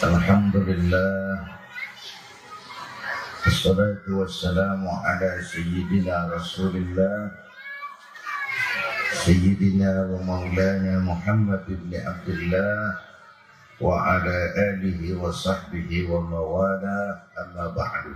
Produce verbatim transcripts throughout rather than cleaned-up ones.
Alhamdulillah, wassalatu wassalamu ala sayyidina Rasulillah Sayyidina wa maulana Muhammad ibn Abdullah wa ala alihi wa sahbihi wa mawala, amma ba'du.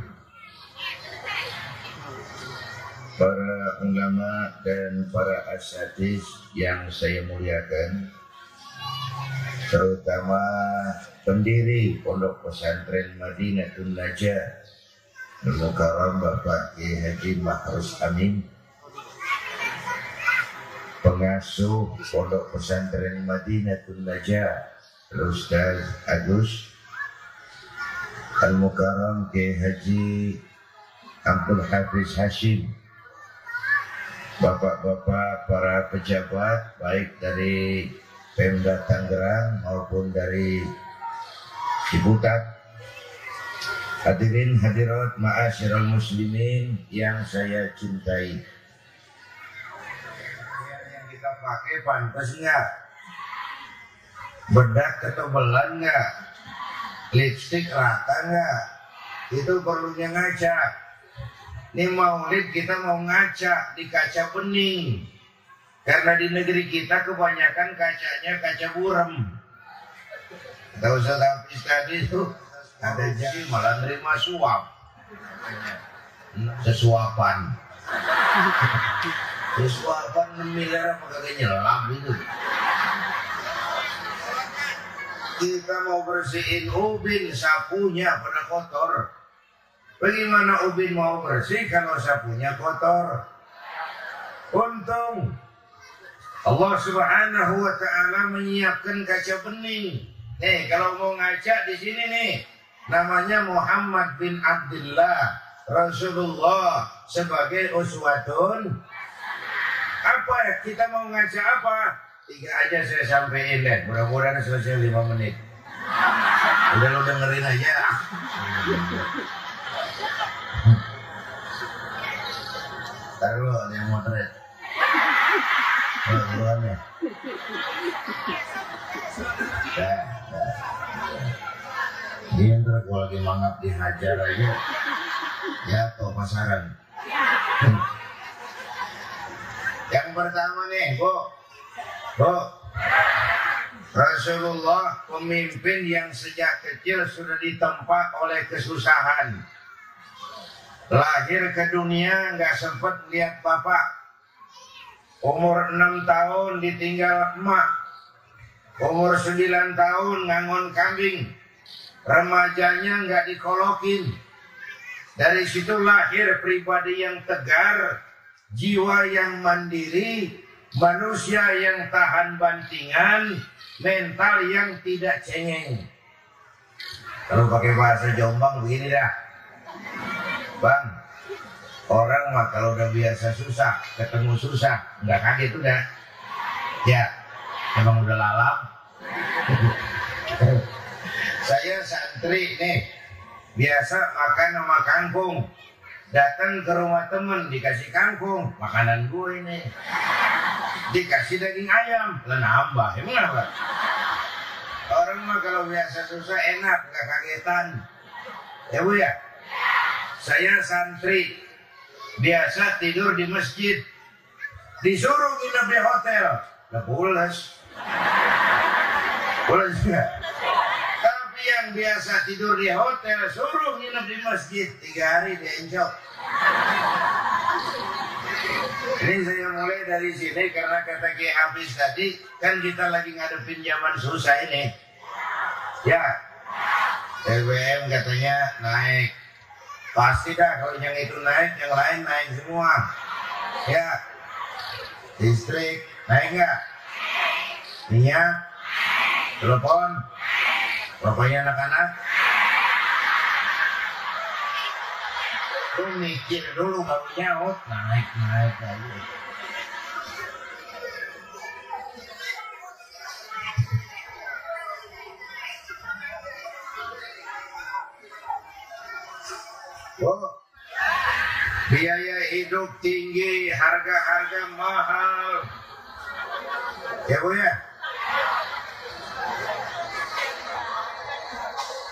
Para ulama dan para asatidz yang saya muliakan, terutama pendiri Pondok Pesantren Madinatul Najah Al-Mukarram Bapak Kiai Haji Mahrus Amin, pengasuh Pondok Pesantren Madinatul Najah Ustaz Agus Al-Mukarram Kiai Haji Abdul Hafiz Hashim, bapak-bapak para pejabat baik dari Pemda Tangerang maupun dari Ciputat, hadirin hadirat ma'asyiral muslimin yang saya cintai. Yang kita pakai pantas nggak? Bedak ketebalan nggak? Lipstik rata nggak? Itu perlunya ngaca. Ini maulid kita mau ngaca di kaca bening, karena di negeri kita kebanyakan kacanya kaca buram. Tahu Ustaz Hafiz tadi itu ada jadi malah nerima suap, sesuapan, sesuapan enam miliar apa kagak nyelam itu. Kita mau bersihin ubin, sapunya pada kotor. Bagaimana ubin mau bersih kalau sapunya kotor? Untung Allah Subhanahu wa Ta'ala menyiapkan kaca bening. Nih, kalau mau ngaca di sini nih, namanya Muhammad bin Abdullah Rasulullah sebagai uswatun. Apa ya? Kita mau ngaca apa? Tiga aja saya sampaikan deh. Mudah-mudahan selesai lima menit. Udah lo dengerin aja. Taruh lo yang motret. Oh, duluan ya. Dah, dah. Dia ntar kalau lagi mangap dihajar aja, jatuh pasaran. Yang pertama nih, Bu, Bu, Rasulullah pemimpin yang sejak kecil sudah ditempa oleh kesusahan. Lahir ke dunia nggak sempat lihat bapak. Umur enam tahun ditinggal emak. Umur sembilan tahun ngangon kambing. Remajanya nggak dikolokin. Dari situ lahir pribadi yang tegar, jiwa yang mandiri, manusia yang tahan bantingan, mental yang tidak cengeng. Kalau pakai bahasa Jombang begini dah, Bang, orang mah kalau udah biasa susah, ketemu susah, nggak kaget udah. Ya, emang udah lalap. Saya santri nih, biasa makan sama kangkung. Datang ke rumah temen dikasih kangkung, makanan gue ini. Dikasih daging ayam, lah nambah, emang apa? Orang mah kalau biasa susah enak, nggak kagetan. Ya Bu ya? Saya santri, biasa tidur di masjid, disuruh nginep di hotel, lah pulas, pulas enggak? Tapi yang biasa tidur di hotel, suruh nginep di masjid, tiga hari dia enjok. Ini saya mulai dari sini karena kata Kiai Hafiz tadi, kan kita lagi ngadepin zaman susah ini. Ya, B B M katanya naik. Pasti dah kalau yang itu naik, yang lain naik semua. Ya, listrik naik nggak? Minyak, telepon, pokoknya anak-anak. Lu mikir dulu baru nyaut, naik naik lagi. Oh, biaya hidup tinggi, harga-harga mahal. Ya Bu ya?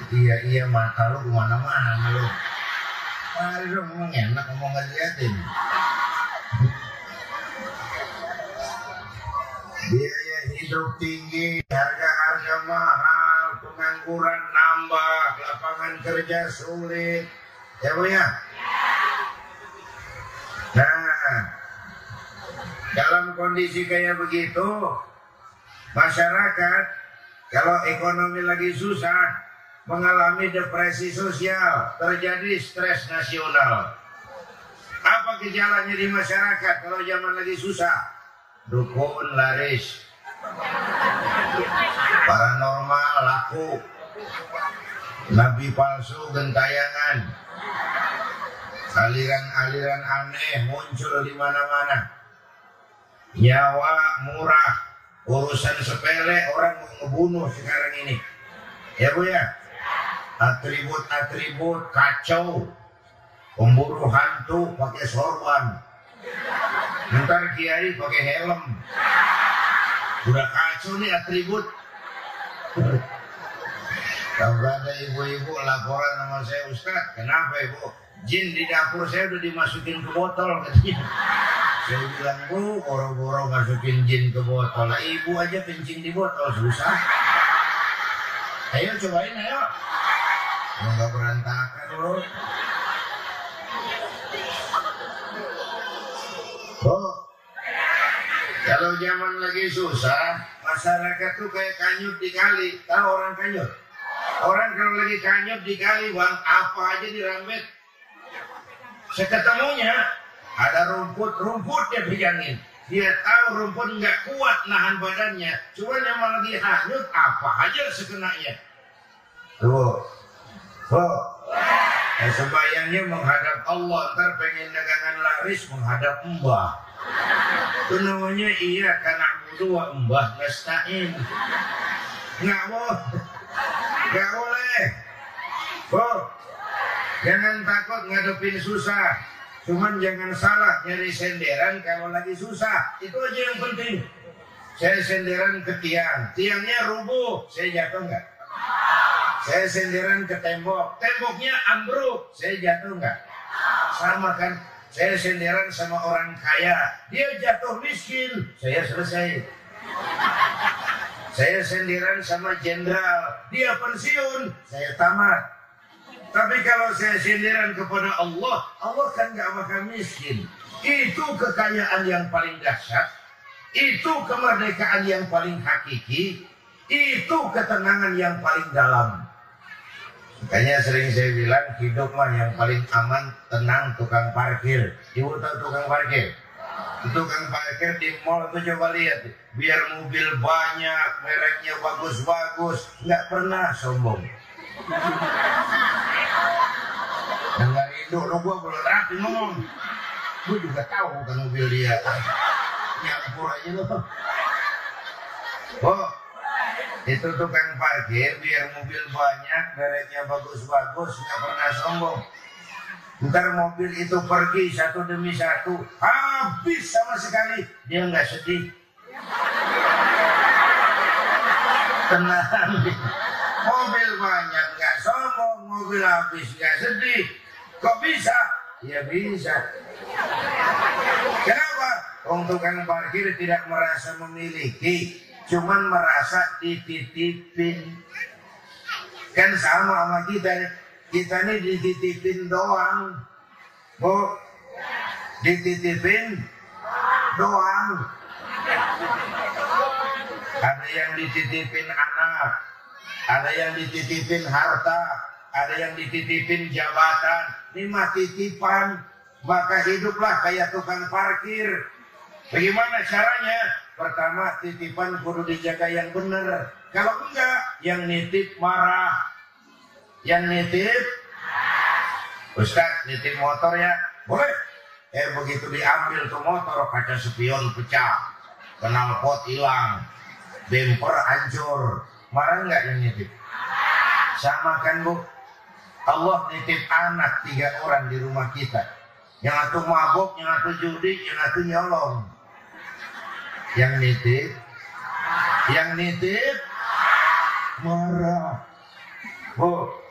Iya iya mata lu kemana-mana lu. Mari dong ngomong enak ngomong gak diliatin. Biaya hidup tinggi, harga-harga mahal, pengangguran nambah, lapangan kerja sulit. Ya Bu ya? Nah, dalam kondisi kayak begitu, masyarakat kalau ekonomi lagi susah, mengalami depresi sosial, terjadi stres nasional. Apa gejalanya di masyarakat kalau zaman lagi susah? Dukun laris, paranormal laku, nabi palsu gentayangan, aliran-aliran aneh muncul di mana-mana. Nyawa murah, urusan sepele orang mau ngebunuh sekarang ini. Ya Bu ya? Atribut-atribut kacau, pemburu hantu pakai sorban, ntar kiai pakai helm, udah kacau nih atribut. Kalau ada ibu-ibu laporan sama saya, Ustaz, kenapa Ibu? Jin di dapur saya udah dimasukin ke botol katanya. Saya bilang, Bu, boro-boro masukin jin ke botol, ibu aja kencing di botol susah. Ayo cobain ayo. Enggak berantakan loh. Oh, kalau zaman lagi susah, masyarakat tuh kayak kanyut di kali. Tahu orang kanyut? Orang kalau lagi kanyut di kali, bang, apa aja dirambet. Seketemunya ada rumput, rumputnya pegangin. Dia tahu rumput nggak kuat nahan badannya. Cuma yang lagi hanyut, apa aja sekenanya. Tuh. Oh, eh, sembayangnya menghadap Allah, ntar pengen dagangan laris menghadap Mbah. Itu namanya iya karena berdua Mbah nasta'in. Nggak boleh, nggak boleh. Oh, jangan takut ngadepin susah. Cuman jangan salah nyari senderan kalau lagi susah. Itu aja yang penting. Saya senderan ke tiang, tiangnya rubuh, saya jatuh nggak? Saya senderan ke tembok, temboknya ambruk, saya jatuh nggak? Sama kan? Saya senderan sama orang kaya, dia jatuh miskin, saya selesai. Saya senderan sama jenderal, dia pensiun, saya tamat. Tapi kalau saya senderan kepada Allah, Allah kan nggak bakal miskin. Itu kekayaan yang paling dahsyat, itu kemerdekaan yang paling hakiki, itu ketenangan yang paling dalam. Makanya sering saya bilang hidup mah yang paling aman, tenang, tukang parkir. Ibu tahu tukang parkir? Tukang parkir di mall itu coba lihat, biar mobil banyak, mereknya bagus-bagus, nggak pernah sombong. Dengar hidup lo, gue belum rapi ngomong. Gue juga tahu bukan mobil dia. Nyampur aja lo. Oh, itu tukang parkir biar mobil banyak, mereknya bagus-bagus, nggak pernah sombong. Ntar mobil itu pergi satu demi satu, habis sama sekali, dia nggak sedih. Tenang, mobil banyak nggak sombong, mobil habis nggak sedih. Kok bisa? Ya bisa. Kenapa? Untuk tukang parkir tidak merasa memiliki, cuman merasa dititipin. Kan sama sama kita, kita ini dititipin doang. Bu, dititipin doang. Ada yang dititipin anak, ada yang dititipin harta, ada yang dititipin jabatan. Ini mah titipan, maka hiduplah kayak tukang parkir. Bagaimana caranya? Pertama, titipan kudu dijaga yang benar. Kalau enggak, yang nitip marah. Yang nitip, Ustaz, nitip motor ya? Boleh. Eh, begitu diambil tuh motor, kaca spion pecah, knalpot hilang, bumper hancur. Marah enggak yang nitip? Sama kan Bu? Allah nitip anak tiga orang di rumah kita. Yang satu mabuk, yang satu judi, yang satu nyolong. Yang nitip, yang nitip marah. Bu,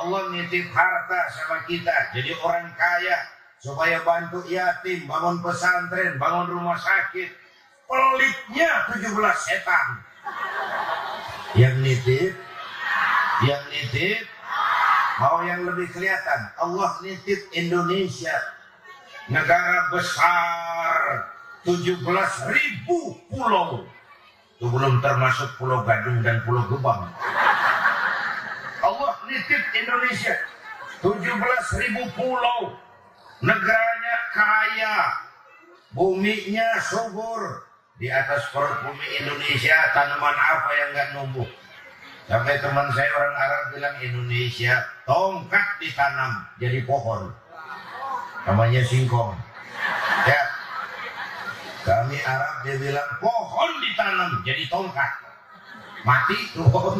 Allah nitip harta sama kita, jadi orang kaya, supaya bantu yatim, bangun pesantren, bangun rumah sakit. Pelitnya tujuh belas setan. Yang nitip, yang nitip, mau yang lebih kelihatan, Allah nitip Indonesia, negara besar, tujuh belas ribu pulau. Itu belum termasuk Pulau Gadung dan Pulau Gebang. Allah nitip Indonesia, tujuh belas ribu pulau, negaranya kaya, buminya subur. Di atas perut bumi Indonesia tanaman apa yang nggak numbuh? Sampai teman saya orang Arab bilang Indonesia tongkat ditanam jadi pohon, namanya singkong. Ya, kami Arab dia bilang pohon ditanam jadi tongkat, mati turun.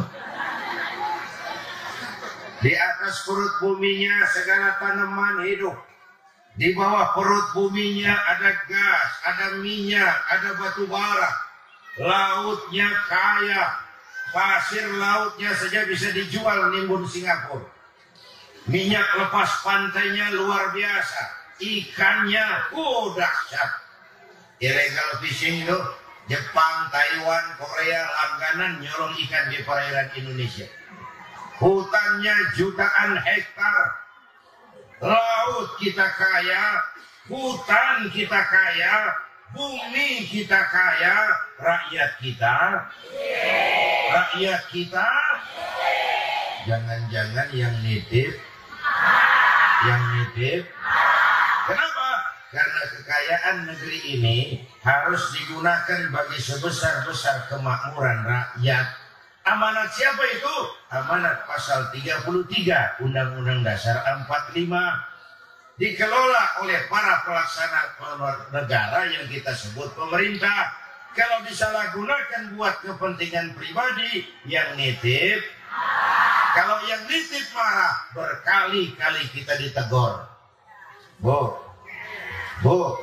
Di atas perut buminya segala tanaman hidup. Di bawah perut buminya ada gas, ada minyak, ada batu bara. Lautnya kaya. Pasir lautnya saja bisa dijual nimbun Singapura. Minyak lepas pantainya luar biasa. Ikannya, oh dahsyat. Illegal fishing itu Jepang, Taiwan, Korea langganan nyolong ikan di perairan Indonesia. Hutannya jutaan hektar. Laut kita kaya, hutan kita kaya, bumi kita kaya, rakyat kita, rakyat kita, jangan-jangan yang nitip, yang nitip, kenapa? Karena kekayaan negeri ini harus digunakan bagi sebesar-besar kemakmuran rakyat. Amanat siapa itu? Amanat pasal tiga puluh tiga Undang-Undang Dasar empat puluh lima. Dikelola oleh para pelaksana negara yang kita sebut pemerintah. Kalau disalahgunakan buat kepentingan pribadi, yang nitip. Kalau yang nitip marah, berkali-kali kita ditegur. Bu, Bu.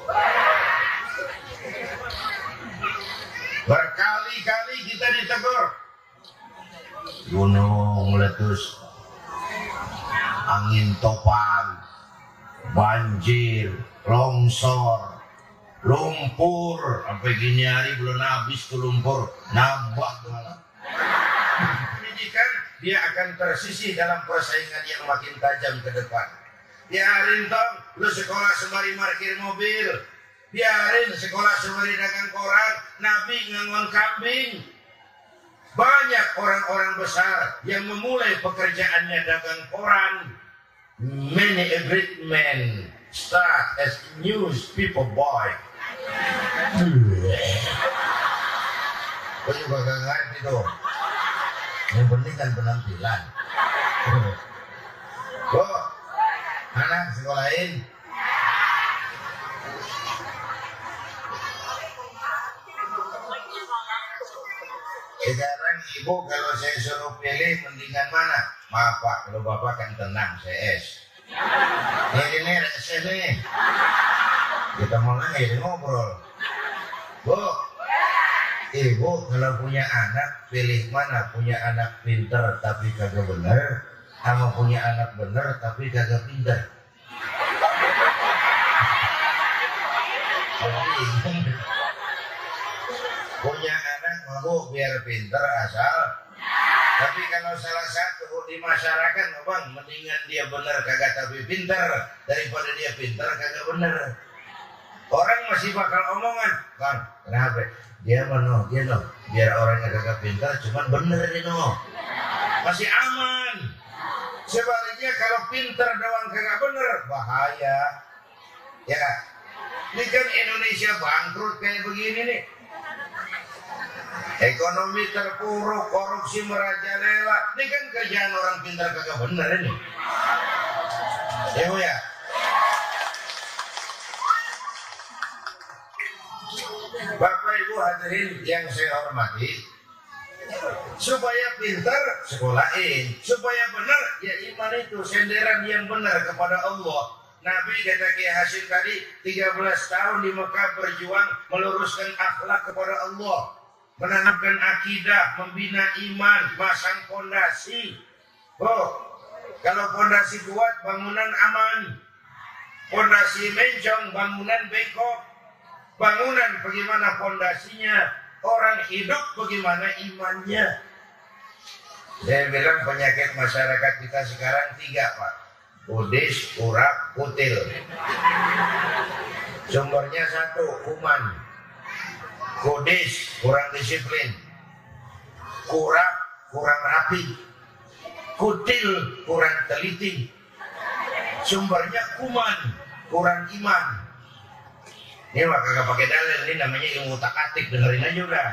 Berkali-kali kita ditegur. Gunung meletus, angin topan, banjir, longsor, lumpur, sampai gini hari belum habis ke lumpur, nambah malah. Pendidikan dia akan tersisih dalam persaingan yang makin tajam ke depan. Biarin tong, lu sekolah sembari parkir mobil, biarin sekolah sembari dagang koran, Nabi ngangon kambing. Banyak orang-orang besar yang memulai pekerjaannya dagang koran. Many a great man start as newspaper boy. Kau juga gak ngerti tuh. Yang penting kan penampilan. Kok anak sekolahin? Sekarang ibu kalau saya suruh pilih mendingan mana? Maaf Pak, kalau Bapak kan tenang, saya es. Ini nih, es nih. Kita mau lagi ngobrol. Bu, ibu kalau punya anak, pilih mana? Punya anak pinter tapi kagak bener, sama punya anak bener tapi kagak pinter. Punya anak mau biar pinter asal, tapi kalau salah satu di masyarakat, bang, mendingan dia bener kagak tapi pinter daripada dia pinter kagak bener. Orang masih bakal omongan, bang, kenapa? Dia mana? Dia no, biar orangnya kagak pinter, cuman bener dia no, masih aman. Sebaliknya kalau pinter doang kagak bener, bahaya. Ya, ini kan Indonesia bangkrut kayak begini nih. Ekonomi terpuruk, korupsi merajalela. Ini kan kerjaan orang pintar kagak bener ini. Ya Bu ya. Bapak Ibu hadirin yang saya hormati, supaya pintar sekolahin, supaya benar ya iman itu senderan yang benar kepada Allah. Nabi kata Kiai Hasyim tadi tiga belas tahun di Mekah berjuang meluruskan akhlak kepada Allah, menanamkan akidah, membina iman, masang fondasi. Oh, Kalau pondasi kuat, bangunan aman. Pondasi mencong, bangunan bengkok. Bangunan bagaimana pondasinya, orang hidup bagaimana imannya. Saya bilang penyakit masyarakat kita sekarang tiga, Pak. Kudis, urak, kutil. Sumbernya satu, kuman. Kudis, kurang disiplin. Kurak, kurang rapi. Kutil, kurang teliti. Sumbernya kuman, kurang iman. Ini mah kagak pakai dalil, ini namanya ilmu takatik, dengerin aja udah.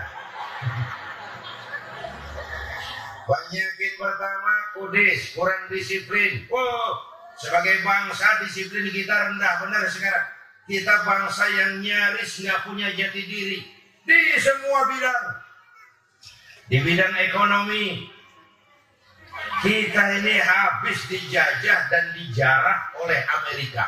Penyakit pertama, kudis, kurang disiplin. Wow, sebagai bangsa disiplin kita rendah, benar sekarang. Kita bangsa yang nyaris nggak punya jati diri di semua bidang. Di bidang ekonomi, kita ini habis dijajah dan dijarah oleh Amerika.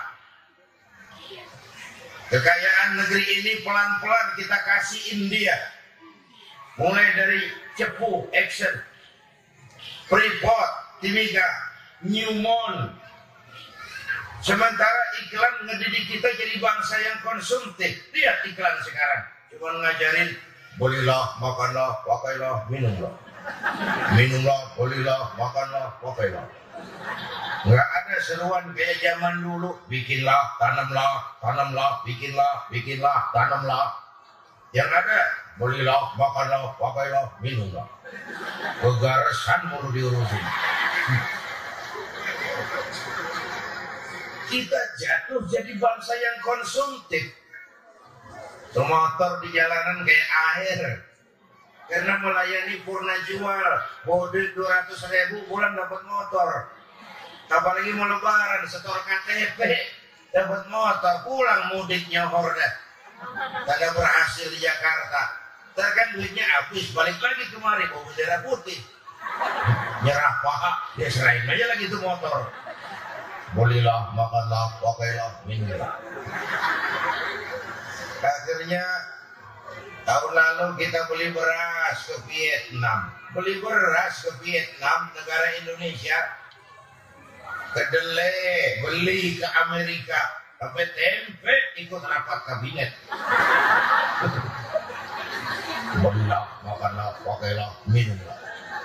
Kekayaan negeri ini pelan-pelan kita kasih India. Mulai dari Cepu, Exxon, Freeport, Timika, Newmont. Sementara iklan ngedidik kita jadi bangsa yang konsumtif. Lihat iklan sekarang. Cuma ngajarin, belilah, makanlah, pakailah, minumlah. Minumlah, belilah, makanlah, pakailah. Nggak ada seruan kayak zaman dulu. Bikinlah, tanamlah, tanamlah, bikinlah, bikinlah, tanamlah. Yang ada, belilah, makanlah, pakailah, minumlah. Kegaresan mulu diurusin. Kita jatuh jadi bangsa yang konsumtif. Motor di jalanan kayak air. Karena melayani purna jual, bodil dua ratus ribu bulan dapat motor. Apalagi mau lebaran, setor K T P, dapat motor, pulang mudiknya horda. Kagak berhasil di Jakarta. Ntar kan duitnya habis, balik lagi kemari, bawa bendera putih. Nyerah paha, dia serahin aja lagi tuh motor. Belilah, makanlah, pakailah, minumlah. Akhirnya tahun lalu kita beli beras ke Vietnam. Beli beras ke Vietnam, negara Indonesia. Kedelai, beli ke Amerika. Sampai tempe ikut rapat kabinet. Belilah, makanlah, pakailah, minumlah.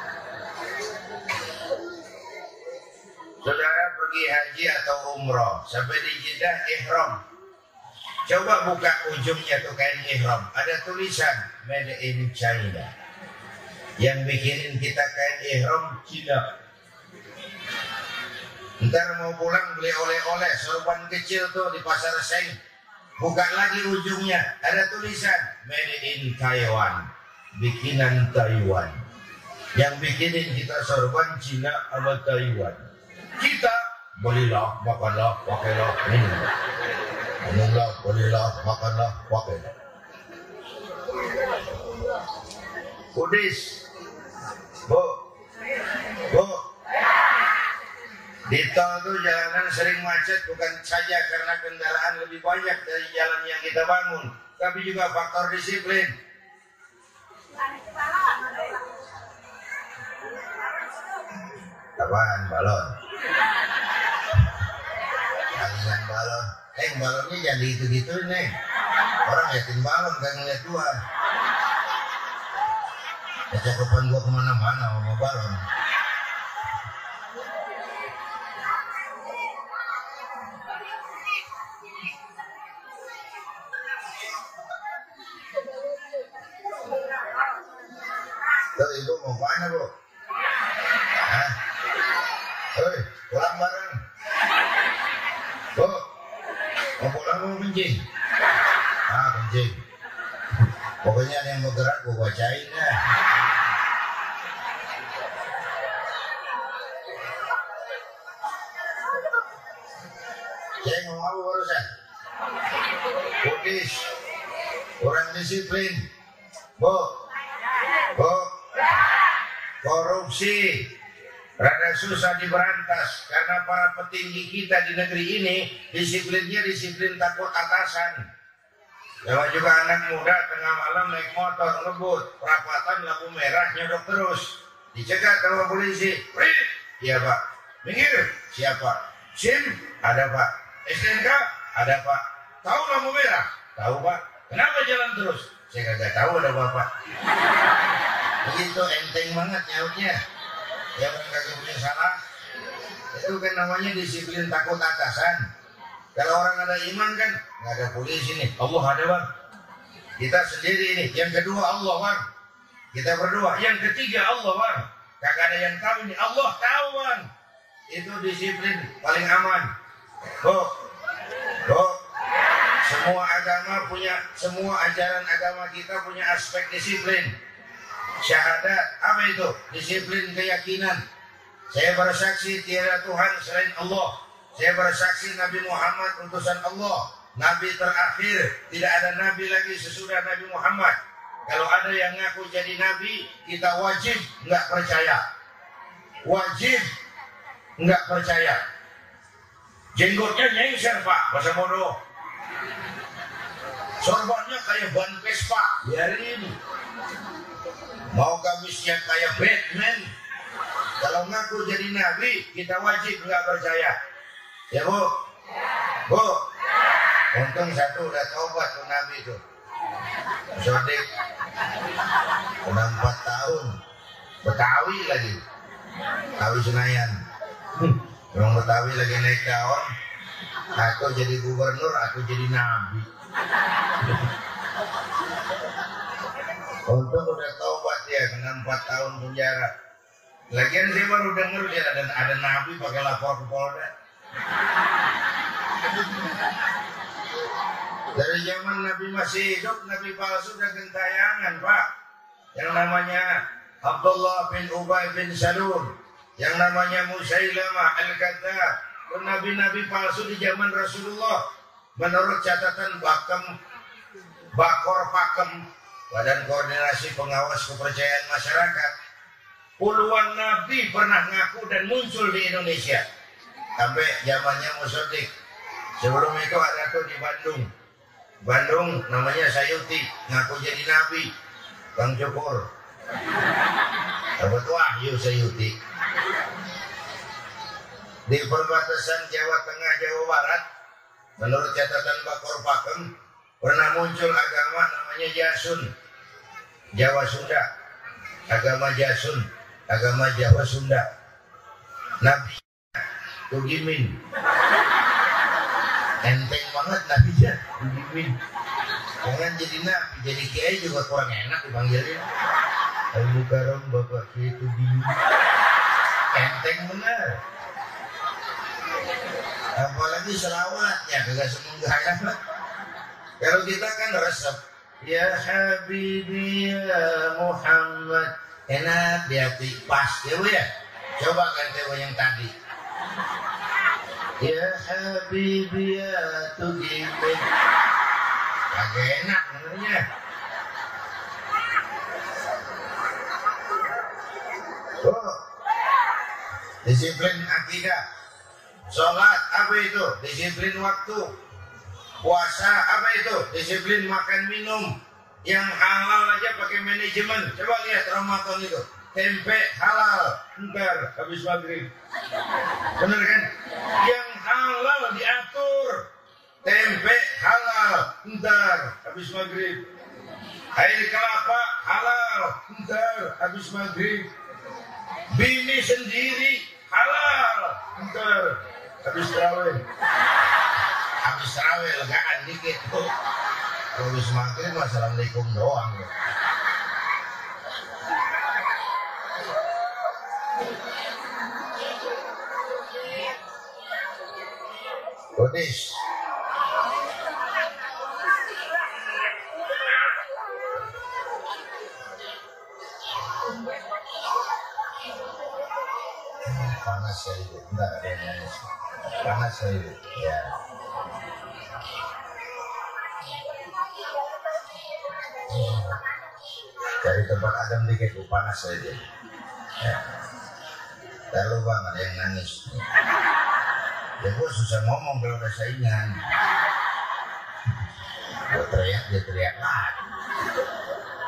Saudara pergi haji atau umroh, sampai di Jeddah ihram. Coba buka ujungnya tuh kain ihram, ada tulisan Made in China. Yang bikinin kita kain ihram Cina. Ntar mau pulang beli oleh-oleh, sorban kecil tuh di pasar Seng. Buka lagi ujungnya, ada tulisan Made in Taiwan, bikinan Taiwan. Yang bikinin kita sorban Cina sama Taiwan. Kita belilah, makanlah, pakailah, minumlah. Minumlah, belilah, makanlah, pakailah. Kudis, Bu, Bu. Di tol tuh jalanan sering macet bukan saja karena kendaraan lebih banyak dari jalan yang kita bangun, tapi juga faktor disiplin. Apaan balon? Kalian balon. Eh balonnya jangan gitu-gituin nih. Orang yakin balon kan ngeliat gua. Kecakupan gua kemana-mana sama balon. Tuh ibu mau kemana bu? Hah? Hei, pulang bareng. Bu, mau pulang mau kencing? Ah, kencing. Pokoknya ada yang bergerak gue bacain ya. Saya ngomong apa barusan? Kudis, kurang disiplin. Bu, bu, korupsi rada susah diberantas karena para petinggi kita di negeri ini disiplinnya disiplin takut atasan. Lewat juga anak muda tengah malam naik motor ngebut, perapatan lampu merah nyodok terus, dicegat sama polisi. Iya pak, minggir. Siapa? SIM? Ada Pak. S T N K? Ada Pak. Tahu lampu merah? Tahu Pak. Kenapa jalan terus? Saya kagak tahu ada Bapak. Begitu enteng banget nyautnya. Ya orang kagak punya salah. Itu kan namanya disiplin takut atasan. Kalau orang ada iman kan nggak ada polisi nih. Allah ada bang. Kita sendiri ini. Yang kedua Allah bang. Kita berdua. Yang ketiga Allah bang. Kagak ada yang tahu ini. Allah tahu bang. Itu disiplin paling aman. Oh, oh. Semua agama punya, semua ajaran agama kita punya aspek disiplin. Syahadat, apa itu? Disiplin keyakinan. Saya bersaksi tiada Tuhan selain Allah. Saya bersaksi Nabi Muhammad utusan Allah, Nabi terakhir. Tidak ada Nabi lagi sesudah Nabi Muhammad. Kalau ada yang ngaku jadi Nabi, kita wajib nggak percaya. Wajib nggak percaya. Jenggotnya nyengser Pak, bahasa bodoh. Sorbannya kayak ban Vespa, biarin. Mau gamisnya kayak Batman. Kalau ngaku jadi Nabi, kita wajib nggak percaya. Ya Bu? Bu? Untung satu udah taubat tuh Nabi itu. Sodik. Udah empat tahun. Betawi lagi. Betawi Senayan. Memang Betawi lagi naik daun. Aku jadi gubernur, aku jadi Nabi. Untung udah taubat ya, kena empat tahun penjara. Lagian saya baru dengar dia ada, ada Nabi pakai lapor ke Polda. Dari zaman Nabi masih hidup, Nabi palsu udah gentayangan Pak. Yang namanya Abdullah bin Ubay bin Salul, yang namanya Musailamah Al-Kadzdzab, nabi-nabi palsu di zaman Rasulullah. Menurut catatan Bakem, Bakor Pakem, Badan Koordinasi Pengawas Kepercayaan Masyarakat, puluhan nabi pernah ngaku dan muncul di Indonesia. Sampai zamannya Musodik. Sebelum itu ada tuh di Bandung. Bandung namanya Sayuti, ngaku jadi nabi. Bang Cukur. Dapat wahyu Sayuti. Di perbatasan Jawa Tengah, Jawa Barat, menurut catatan Bakor Pakem, pernah muncul agama namanya Jasun. Jawa Sunda. Agama Jasun. Agama Jawa Sunda. Nabi Tugimin. Enteng banget nabinya Tugimin. Jangan jadi nabi, jadi kiai juga kurang enak dipanggilnya. Al-Mukarram Bapak Kiai Tugimin. Enteng benar. Apalagi selawatnya kagak semenggaya. Kalau kita kan resep, ya Habibi ya Muhammad, enak di hati, pas ya Bu ya. Coba ganti yang tadi. Ya Habibi ya Tugimin. Kagak enak dengernya. Oh, disiplin akidah. Sholat apa itu? Disiplin waktu. Puasa apa itu? Disiplin makan minum. Yang halal aja pakai manajemen. Coba lihat Ramadan itu. Tempe halal. Ntar habis maghrib. Bener kan? Yang halal diatur. Tempe halal. Ntar habis maghrib. Air kelapa halal. Ntar habis maghrib. Bini sendiri halal. Ntar habis terawih. Habis terawih legaan dikit tuh. Kalau habis maghrib assalamualaikum doang. Kodis. Panas ya itu, enggak ada yang nangis. Panas ya itu, ya. Dari tempat adem dikit, bu, panas saja. Ya. Terlalu bang, ada yang nangis. Ya gue susah ngomong kalau udah saingan. Gue teriak, dia teriak lagi.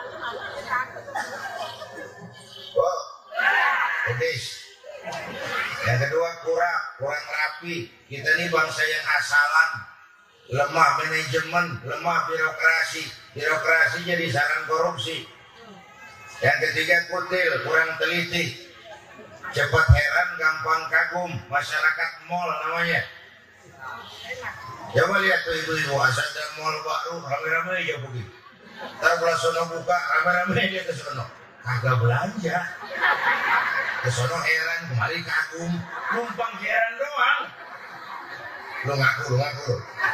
Oh, Kodis. Yang kedua kurang, kurang rapi. Kita ini bangsa yang asalan, lemah manajemen, lemah birokrasi. Birokrasi jadi sarang korupsi. Yang ketiga kutil, kurang teliti. Cepat heran, gampang kagum. Masyarakat mall namanya. Coba lihat tuh ibu-ibu, asal ada mall baru, rame-rame aja begitu. Ntar kalau sono buka, rame-rame dia ke sono. Kagak belanja. Ke sono heran, kembali kagum. Numpang heran doang. Lu ngaku, lu ngaku.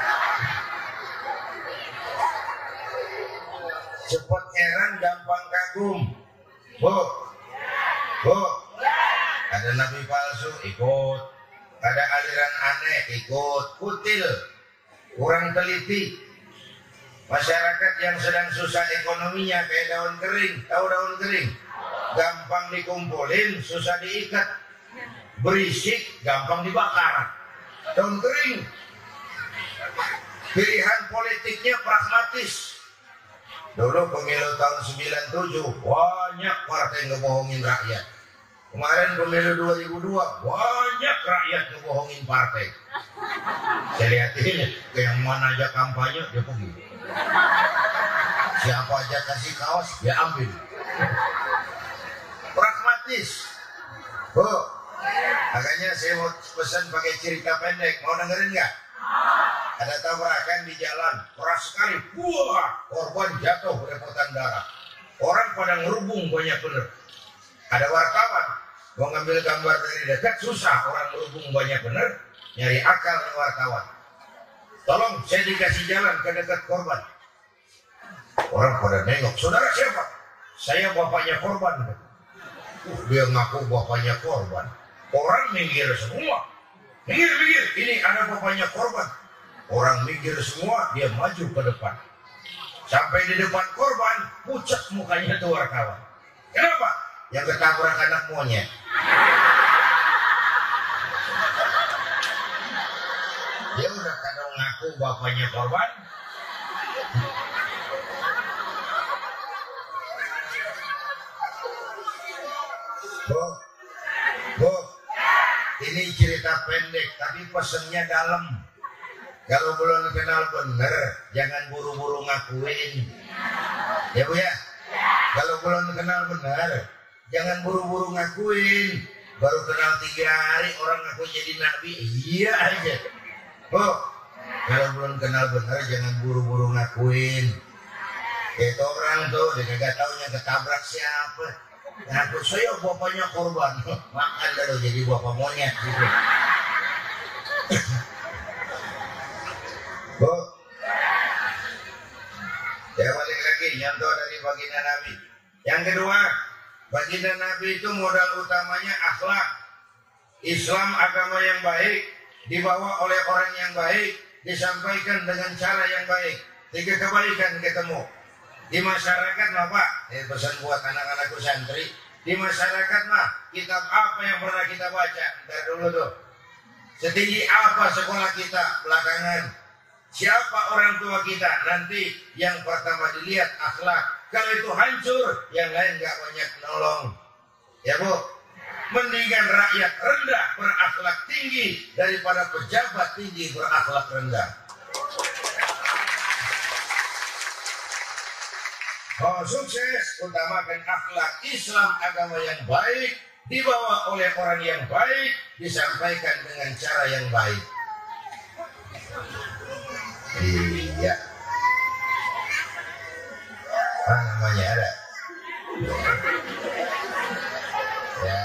Cepat heran, gampang kagum. Bu, bu. Ada nabi palsu, ikut. Ada aliran aneh, ikut. Kutil, kurang teliti. Masyarakat yang sedang susah ekonominya kayak daun kering. Tahu daun kering? Gampang dikumpulin, susah diikat. Berisik, gampang dibakar. Daun kering. Pilihan politiknya pragmatis. Dulu pemilu tahun sembilan puluh tujuh, banyak partai ngebohongin rakyat. Kemarin pemilu dua ribu dua, banyak rakyat ngebohongin partai. Saya lihat ini, ke yang mana aja kampanye, dia pergi. Siapa aja kasih kaos, dia ambil. Pragmatis. Bu, makanya saya mau pesan pakai cerita pendek. Mau dengerin nggak? Ada tabrakan di jalan, keras sekali. Wah, korban jatuh berepotan darah. Orang pada ngerubung banyak bener. Ada wartawan mau ngambil gambar dari dekat, susah. Orang ngerubung banyak bener. Nyari akal nih wartawan. Tolong saya dikasih jalan ke dekat korban. Orang pada nengok, saudara siapa? Saya bapaknya korban. Uh, dia ngaku bapaknya korban. Orang minggir semua. Minggir, minggir. Ini ada bapaknya korban. Orang minggir semua, dia maju ke depan. Sampai di depan korban, pucat mukanya tuh wartawan. Kenapa? Yang ketabrak anak monyet. Dia udah kadang ngaku bapaknya korban. Bu, bu, ini cerita pendek, tapi pesennya dalam. Kalau belum kenal bener, jangan buru-buru ngakuin. Ya bu ya? Kalau belum kenal bener, jangan buru-buru ngakuin. Baru kenal tiga hari, orang ngaku jadi nabi, iya aja. Bu, kalau belum kenal bener, jangan buru-buru ngakuin. Itu orang tuh, dia gak taunya ketabrak siapa. Ngaku saya bapaknya korban. Makan dah lo jadi bapak monyet gitu. Bu, ya balik lagi nyontoh dari baginda Nabi. Yang kedua, baginda Nabi itu modal utamanya akhlak. Islam agama yang baik dibawa oleh orang yang baik, disampaikan dengan cara yang baik. Tiga kebaikan ketemu. Di masyarakat mah Pak, eh, pesan buat anak-anakku santri. Di masyarakat mah kitab apa yang pernah kita baca? Ntar dulu tuh. Setinggi apa sekolah kita belakangan? Siapa orang tua kita? Nanti yang pertama dilihat akhlak. Kalau itu hancur, yang lain gak banyak nolong. Ya Bu, mendingan rakyat rendah berakhlak tinggi daripada pejabat tinggi berakhlak rendah. Oh sukses, utamakan akhlak. Islam agama yang baik, dibawa oleh orang yang baik, disampaikan dengan cara yang baik. Iya. Apa namanya ada? Ya.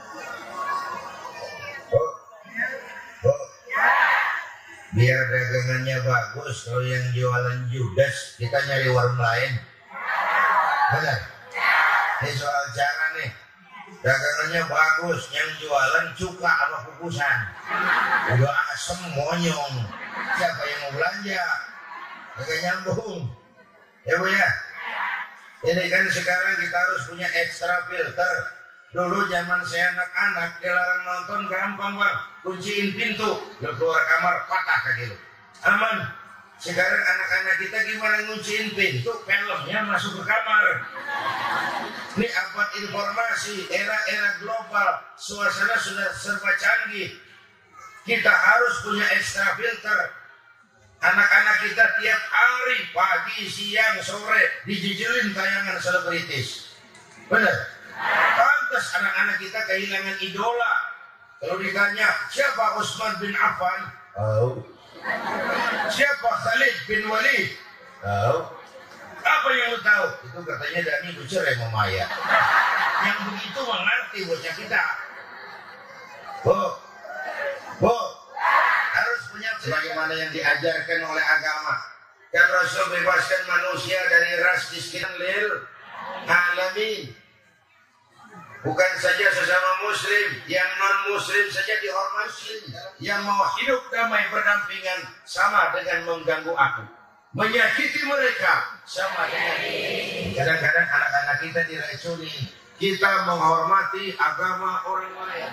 Oh, oh. Biar dagangannya bagus, kalau yang jualan judes, kita nyari warung lain. Benar? Ini soal cara nih. Dagangannya bagus, yang jualan cuka sama kukusan. Udah asem monyong. Siapa yang mau belanja? Agak nyambung. Ya Bu ya? Ini kan sekarang kita harus punya extra filter. Dulu zaman saya anak-anak, dilarang nonton gampang Bang. Kunciin pintu, lu keluar kamar patah kaki lu. Aman. Sekarang anak-anak kita gimana ngunciin pintu, filmnya masuk ke kamar. Ini abad informasi, era-era global, suasana sudah serba canggih. Kita harus punya extra filter. Anak-anak kita tiap hari, pagi, siang, sore, dijijelin tayangan selebritis. Benar? Pantas anak-anak kita kehilangan idola. Kalau ditanya, siapa Utsman bin Affan? Oh. Siapa Khalid bin Walid? Oh. Apa yang lu tahu? Itu katanya Dani Ducerai Maya. Yang begitu mengerti bocah kita. Bu, bu, harus punya sebagaimana yang diajarkan oleh agama. Kan Rasul bebaskan manusia dari ras diskinan lil alamin. Bukan saja sesama muslim, yang non muslim saja dihormati. Yang mau hidup damai berdampingan sama dengan mengganggu aku, menyakiti mereka sama dengan kadang-kadang anak-anak kita diracuni. Kita menghormati agama orang lain.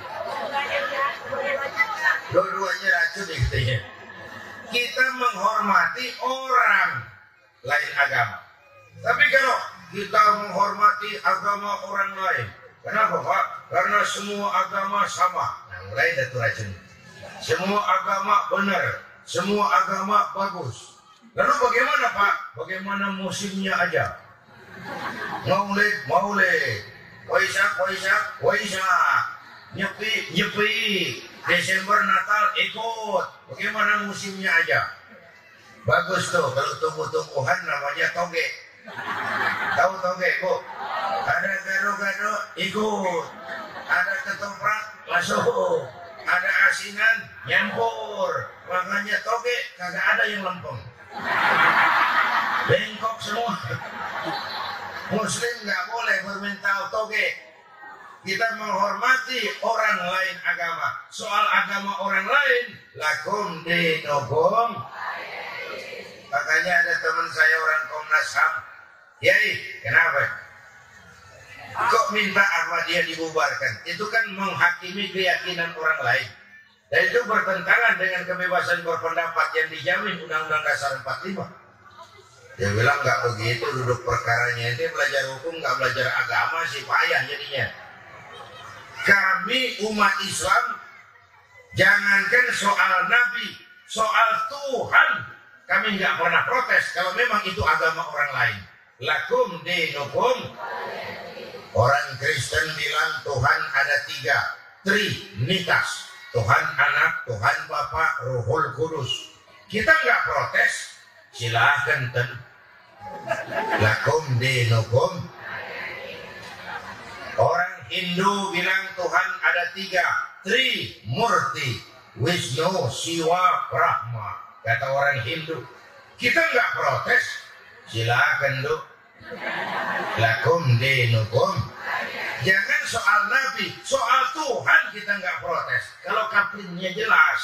Dua-duanya racun ya. Kita menghormati orang lain agama. Tapi kalau kita menghormati agama orang lain, kenapa Pak? Karena semua agama sama. Nah, mulai dari racun. Semua agama benar, semua agama bagus. Lalu bagaimana Pak? Bagaimana musimnya aja? Maulid, Maulid, Waisak, Waisak, Waisak, Nyepi, Nyepi, Desember Natal ikut. Bagaimana musimnya aja? Bagus tuh, kalau tumbuh-tumbuhan namanya toge. Tahu toge, Bu? Ada gado-gado ikut. Ada ketoprak masuk. Ada asinan nyampur. Makanya toge kagak ada yang lempeng. Bengkok semua. Muslim nggak boleh bermental toge. Kita menghormati orang lain agama. Soal agama orang lain, lakum dinukum. Makanya ada teman saya orang Komnas H A M. Yai, kenapa? Kok minta Ahmadiyah dibubarkan? Itu kan menghakimi keyakinan orang lain. Dan itu bertentangan dengan kebebasan berpendapat yang dijamin Undang-Undang Dasar empat puluh lima. Dia bilang nggak begitu duduk perkaranya. Ini belajar hukum nggak belajar agama sih, payah jadinya. Kami umat Islam, jangankan soal Nabi, soal Tuhan, kami nggak pernah protes kalau memang itu agama orang lain. Lakum dinukum. Orang Kristen bilang Tuhan ada tiga, Trinitas. Tuhan Anak, Tuhan Bapa, Ruhul Kudus. Kita nggak protes, silahkan ten. Lakum dinukum. Orang Hindu bilang Tuhan ada tiga, Trimurti, Wisnu, Siwa, Brahma. Kata orang Hindu. Kita nggak protes, silakan duk. Lakum dinukum. Jangan soal Nabi, soal Tuhan kita nggak protes. Kalau kaplinnya jelas.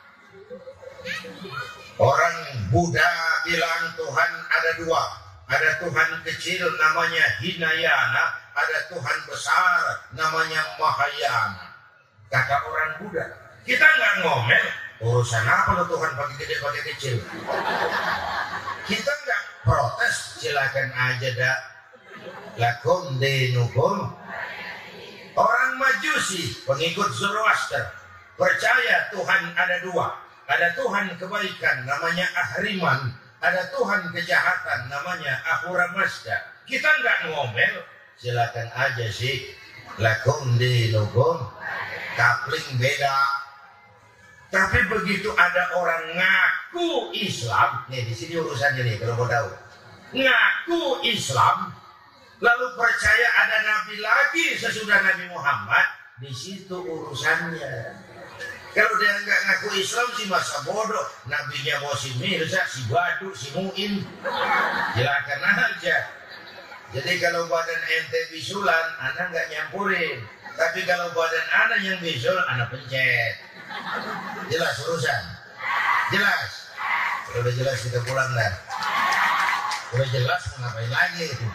Orang Buddha bilang Tuhan ada dua. Ada Tuhan kecil namanya Hinayana, ada Tuhan besar namanya Mahayana. Kata orang Buddha. Kita nggak ngomel. Urusan apa lo Tuhan pakai gede pakai kecil? Kita nggak protes, silakan aja dah. Lakum dinukum. Orang Majusi, pengikut Zoroaster, percaya Tuhan ada dua. Ada Tuhan kebaikan namanya Ahriman, ada Tuhan kejahatan namanya Ahura Mazda. Kita nggak ngomel, silakan aja sih. Lakum dinukum. Kapling beda. Tapi begitu ada orang ngaku Islam, nih di sini urusannya nih kalau mau tahu. Ngaku Islam, lalu percaya ada Nabi lagi sesudah Nabi Muhammad, di situ urusannya. Kalau dia nggak ngaku Islam sih masa bodoh, nabinya mau si Mirza, si Badu, si Muin, silakan aja. Jadi kalau badan ente bisulan, anak nggak nyampurin. Tapi kalau badan anak yang bisul, anak pencet. Jelas urusan? Jelas? Udah jelas kita pulang dah. Udah jelas ngapain lagi itu?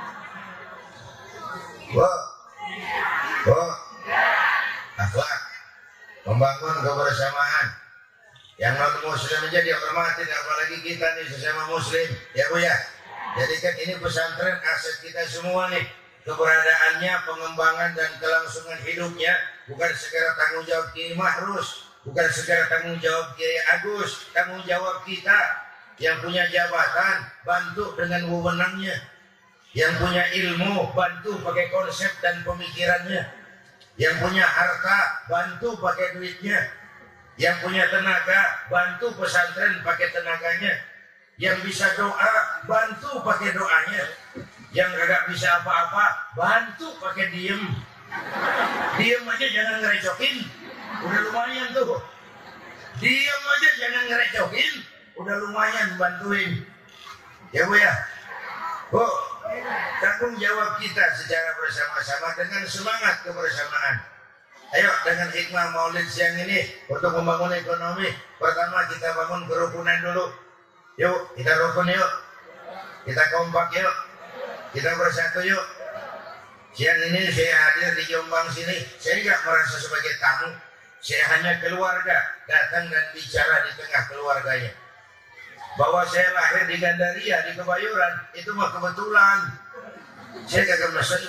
Bu, bu, akhlak, membangun kebersamaan. Yang non muslim aja dihormatin, apalagi kita nih sesama muslim, ya Bu ya. Jadi kan ini pesantren aset kita semua nih. Keberadaannya, pengembangan dan kelangsungan hidupnya bukan sekedar tanggung jawab Kiai Mahrus, bukan sekedar tanggung jawab Kiai Agus, tanggung jawab kita yang punya jabatan, bantu dengan wewenangnya, yang punya ilmu, bantu pakai konsep dan pemikirannya, yang punya harta, bantu pakai duitnya, yang punya tenaga, bantu pesantren pakai tenaganya, yang bisa doa, bantu pakai doanya, yang gak bisa apa-apa, bantu pakai diem. Diem aja jangan ngerecokin, udah lumayan tuh. Diem aja jangan ngerecokin, udah lumayan bantuin. Ya Bu ya. Bu, tanggung jawab kita secara bersama-sama dengan semangat kebersamaan. Ayo dengan hikmah maulid siang ini untuk membangun ekonomi. Pertama kita bangun kerukunan dulu. Yuk kita rukun yuk. Kita kompak yuk. Kita bersatu yuk. Siang ini saya hadir di Jombang sini. Saya nggak merasa sebagai tamu. Saya hanya keluarga datang dan bicara di tengah keluarganya. Bahwa saya lahir di Gandaria, di Kebayoran, itu mah kebetulan. Saya kagak mesen.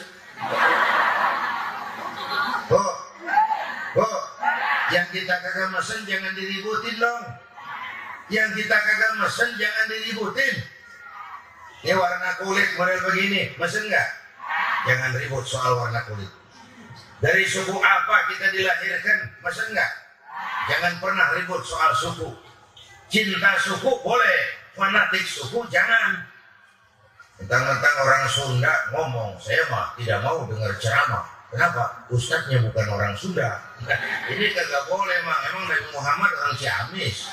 Bu, bu, yang kita kagak mesen jangan diributin dong. Yang kita kagak mesen jangan diributin. Ini warna kulit model begini, mesen nggak? Jangan ribut soal warna kulit. Dari suku apa kita dilahirkan, mesen nggak? Jangan pernah ribut soal suku. Cinta suku boleh, fanatik suku jangan. Tentang-tentang orang Sunda ngomong, saya mah tidak mau dengar ceramah. Kenapa? Ustadznya bukan orang Sunda. Nah, ini kagak boleh mah. Emang Nabi Muhammad orang Ciamis.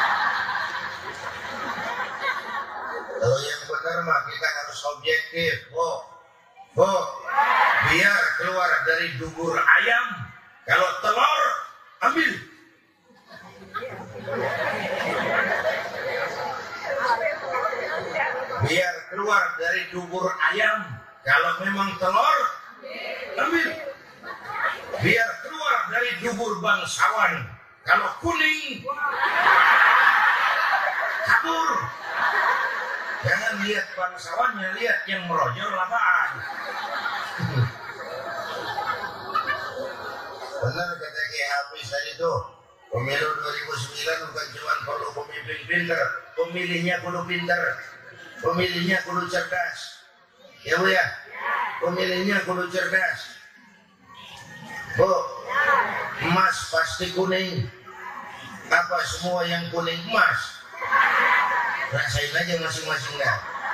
Kalau yang benar mah kita harus objektif. Bu, bu, biar keluar dari dubur ayam. Kalau telur, ambil. Biar keluar dari dubur ayam. Kalau memang telur, ambil. Biar keluar dari dubur bangsawan. Kalau kuning, kabur. Jangan lihat bangsawannya, lihat yang merojol apaan. Benar kata Kiai Hafiz tadi tuh, pemilu dua ribu sembilan bukan cuma perlu pemimpin pintar, pemilihnya kudu pintar, pemilihnya kudu cerdas. Ya Bu ya, pemilihnya kudu cerdas. Bu, emas pasti kuning. Apa semua yang kuning emas? Rasain aja masing-masing dah.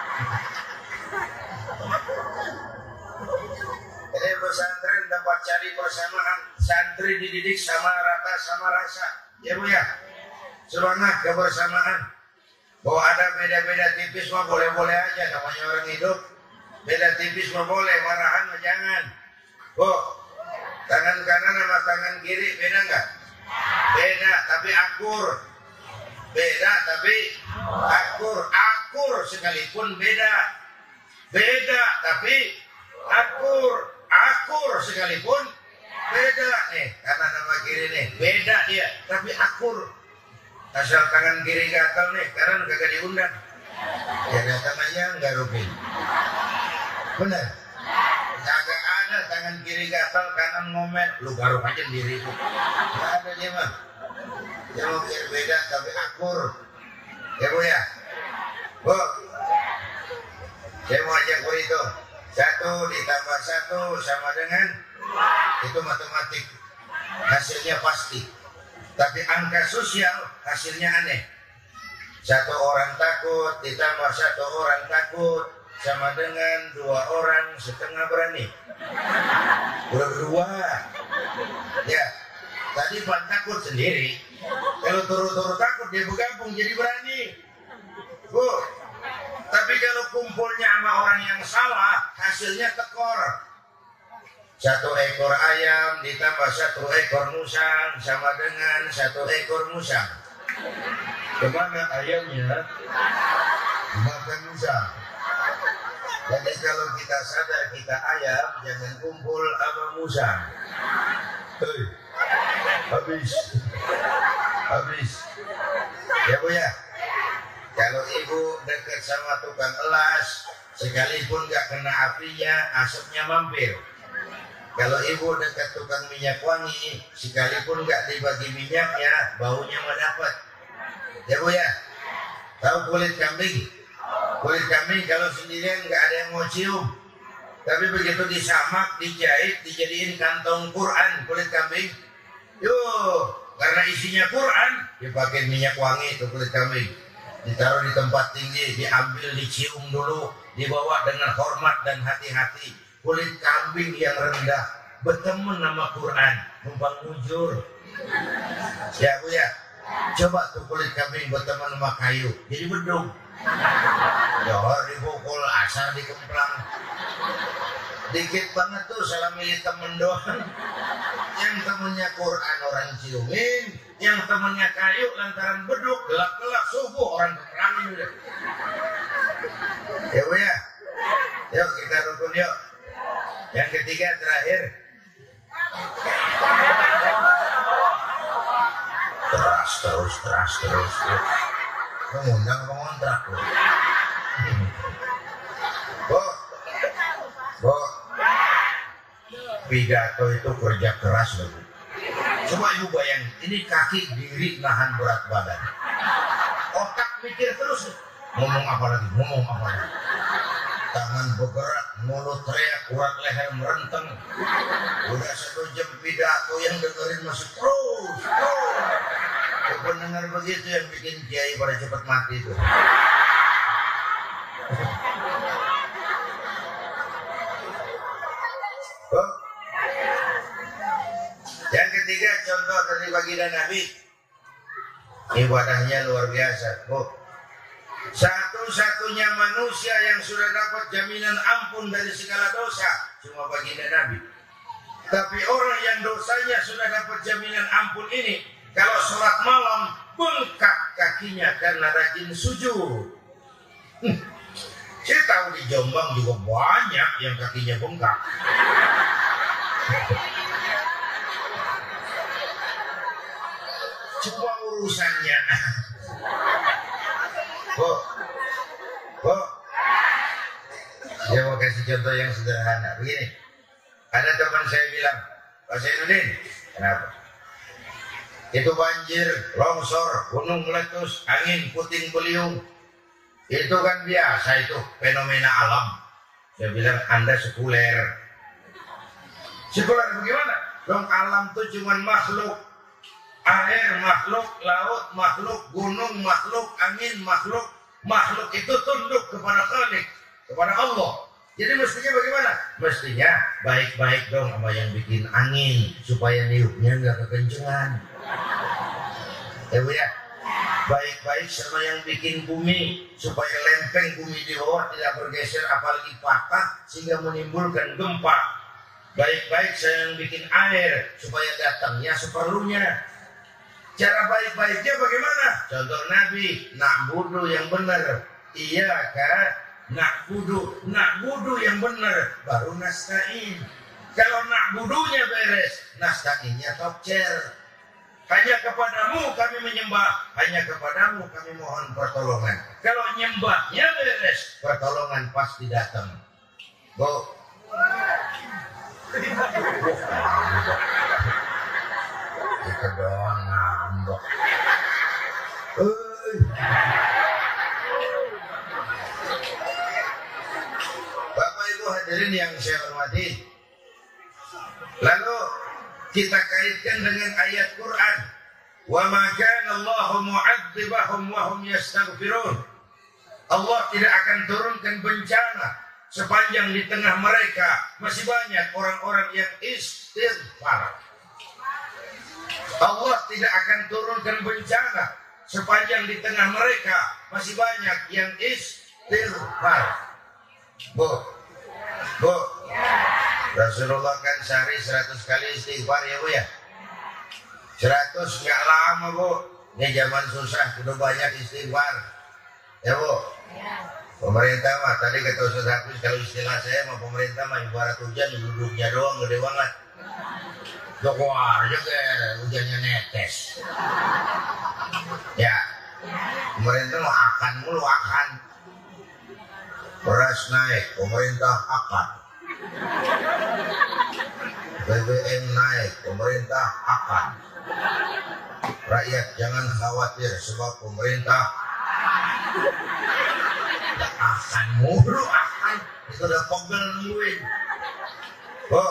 Jadi pesantren dapat cari persamaan, santri dididik sama rata sama rasa. Ya Bu ya, semangat kebersamaan. Bahwa ada beda-beda tipis mah boleh-boleh aja, namanya orang hidup. Beda tipis mah boleh, marahan mah jangan. Bu, tangan kanan sama tangan kiri beda nggak? Beda, tapi akur. Beda tapi akur. Akur sekalipun beda. Beda tapi akur. Akur sekalipun beda. Nih kanan sama kiri nih beda dia, tapi akur. Asal tangan kiri gatal nih, kanan kagak diundang. Ya datang aja nggak rugi. Bener? Kagak ada tangan kiri gatal, kanan ngomel, lu garuk aja diri itu. Nggak ada dia mah. Dia mau biar beda tapi akur. Ya Bu ya. Bu, saya mau ajak Bu itu. Satu ditambah satu sama dengan itu matematik. Hasilnya pasti. Tapi angka sosial hasilnya aneh. Satu orang takut ditambah satu orang takut sama dengan dua orang setengah berani. Berdua. Ya. Tadi Pak takut sendiri. Kalau turut-turut takut dia bergabung jadi berani. Bu, tapi kalau kumpulnya sama orang yang salah, hasilnya tekor. Satu ekor ayam ditambah satu ekor musang sama dengan satu ekor musang. Kemana ayamnya? Makan musang. Jadi kalau kita sadar kita ayam, jangan kumpul sama musang. Hei, habis, habis. Ya Bu ya. Kalau ibu dekat sama tukang elas, sekalipun nggak kena apinya, asapnya mampir. Kalau ibu dekat tukang minyak wangi, sekalipun nggak dibagi minyaknya, baunya mah dapat. Ya Bu ya. Tahu kulit kambing? Kulit kambing kalau sendirian nggak ada yang mau cium. Tapi begitu disamak, dijahit, dijadiin kantong Quran kulit kambing. Yuh, karena isinya Quran, dipakai minyak wangi itu kulit kambing. Ditaruh di tempat tinggi, diambil, dicium dulu, dibawa dengan hormat dan hati-hati. Kulit kambing yang rendah berteman nama Quran, numpang mujur. Ya Bu ya, coba tuh kulit kambing berteman sama kayu, jadi bedung. Johor dipukul, asar dikemplang. Dikit banget tuh salah milih temen doang. Yang temennya Quran orang ciumin, yang temennya kayu lantaran beduk, gelap-gelap subuh orang kempelangin udah. Ya Bu ya, yuk kita rukun yuk. Yang ketiga terakhir, teras terus teras terus. Mengundang apa ngontrak loh. Bu, Bu, pidato itu kerja keras loh. Coba ibu bayangin, ini kaki diri nahan berat badan, otak mikir terus, ngomong apa lagi, ngomong apa lagi, tangan bergerak, mulut teriak, urat leher merenteng. Udah satu jam pidato yang dengerin masih terus, terus. Pendengar begitu yang bikin kiai pada cepat mati itu. Oh. Yang ketiga contoh dari baginda Nabi, ibadahnya luar biasa. Oh. Satu-satunya manusia yang sudah dapat jaminan ampun dari segala dosa cuma baginda Nabi. Tapi orang yang dosanya sudah dapat jaminan ampun ini, kalau sholat malam bengkak kakinya karena rajin sujud. Hmm. Saya tahu di Jombang juga banyak yang kakinya bengkak. Cuma urusannya. Bu, Bu, saya mau kasih contoh yang sederhana. Begini, ada teman saya bilang, Pak Zainuddin, kenapa? Itu banjir, longsor, gunung meletus, angin puting beliung. Itu kan biasa itu, fenomena alam. Saya bilang, Anda sekuler. Sekuler bagaimana? Dong alam itu cuma makhluk. Air makhluk, laut makhluk, gunung makhluk, angin makhluk. Makhluk itu tunduk kepada Khalik, kepada Allah. Jadi mestinya bagaimana? Mestinya baik-baik dong sama yang bikin angin, supaya niupnya nggak kekencengan. Ya Bu ya, baik-baik sama yang bikin bumi, supaya lempeng bumi di bawah tidak bergeser apalagi patah sehingga menimbulkan gempa. Baik-baik sama yang bikin air, supaya datangnya seperlunya. Cara baik-baiknya bagaimana? Contoh Nabi, nak budu yang benar. Iya kan? Nak budu, nak budu yang benar, baru nasta'in. Kalau nak budunya beres, nasta'innya tokcer. Hanya kepadamu kami menyembah, hanya kepadamu kami mohon pertolongan. Kalau nyembahnya beres, pertolongan pasti datang. Bu. Itu doang ngambek. Bapak Ibu hadirin yang saya hormati, lalu kita kaitkan dengan ayat Quran, wa ma kana Allahu mu'adzibahum wa hum yastaghfirun. Allah tidak akan turunkan bencana sepanjang di tengah mereka masih banyak orang-orang yang istighfar. Allah tidak akan turunkan bencana sepanjang di tengah mereka masih banyak yang istighfar. Bu, Bu, Rasulullah kan sehari seratus kali istighfar ya Bu ya. Seratus nggak lama Bu. Ini zaman susah, udah banyak istighfar. Ya Bu. Pemerintah mah tadi kata Ustaz Hafiz, kalau istilah saya mah pemerintah mah ibarat hujan duduknya doang gede banget. Keluar juga hujannya netes. Ya, Pemerintah mau akan mulu akan. Beras naik, pemerintah akan. B B M naik, pemerintah akan. Rakyat jangan khawatir sebab pemerintah akan mulu akan. Itu udah pegel nungguin. Oh,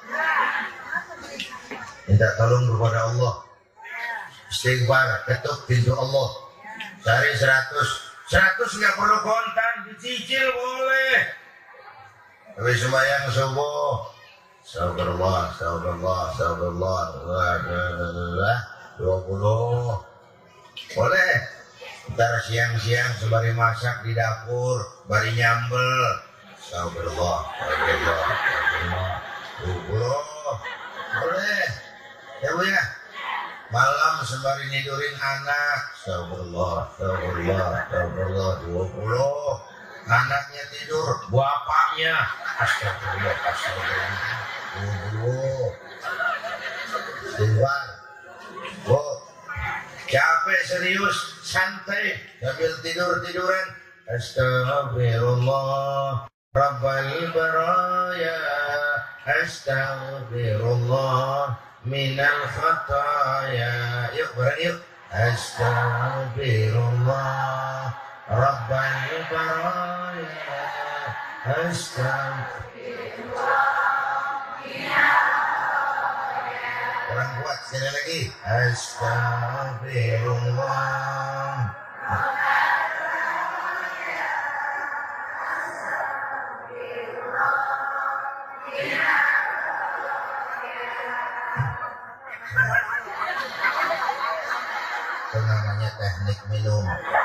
minta tolong kepada Allah. Istighfar, ketuk pintu Allah. Cari seratus, seratus nggak perlu kontan, dicicil boleh. Tapi sembahyang subuh, astagfirullah, astagfirullah, astagfirullah, astagfirullah, dua puluh, boleh. Ntar siang-siang sembari masak di dapur, bari nyambel, astagfirullah, astagfirullah, astagfirullah, dua puluh, boleh. Ya Bu ya. Malam sembari nidurin anak, astagfirullah, astagfirullah, astagfirullah, dua puluh. Anaknya tidur, bapaknya, astagfirullah, astagfirullah, dua puluh. Istighfar. Bu, capek serius, santai, sambil tidur-tiduran, astagfirullah, rabbal baraya, astagfirullah minal khataya. Yuk bareng yuk. Astagfirullah rabbal baraya, astagfirullah minal khataya. Orang kuat sekali lagi. Astagfirullah. Itu namanya teknik minum.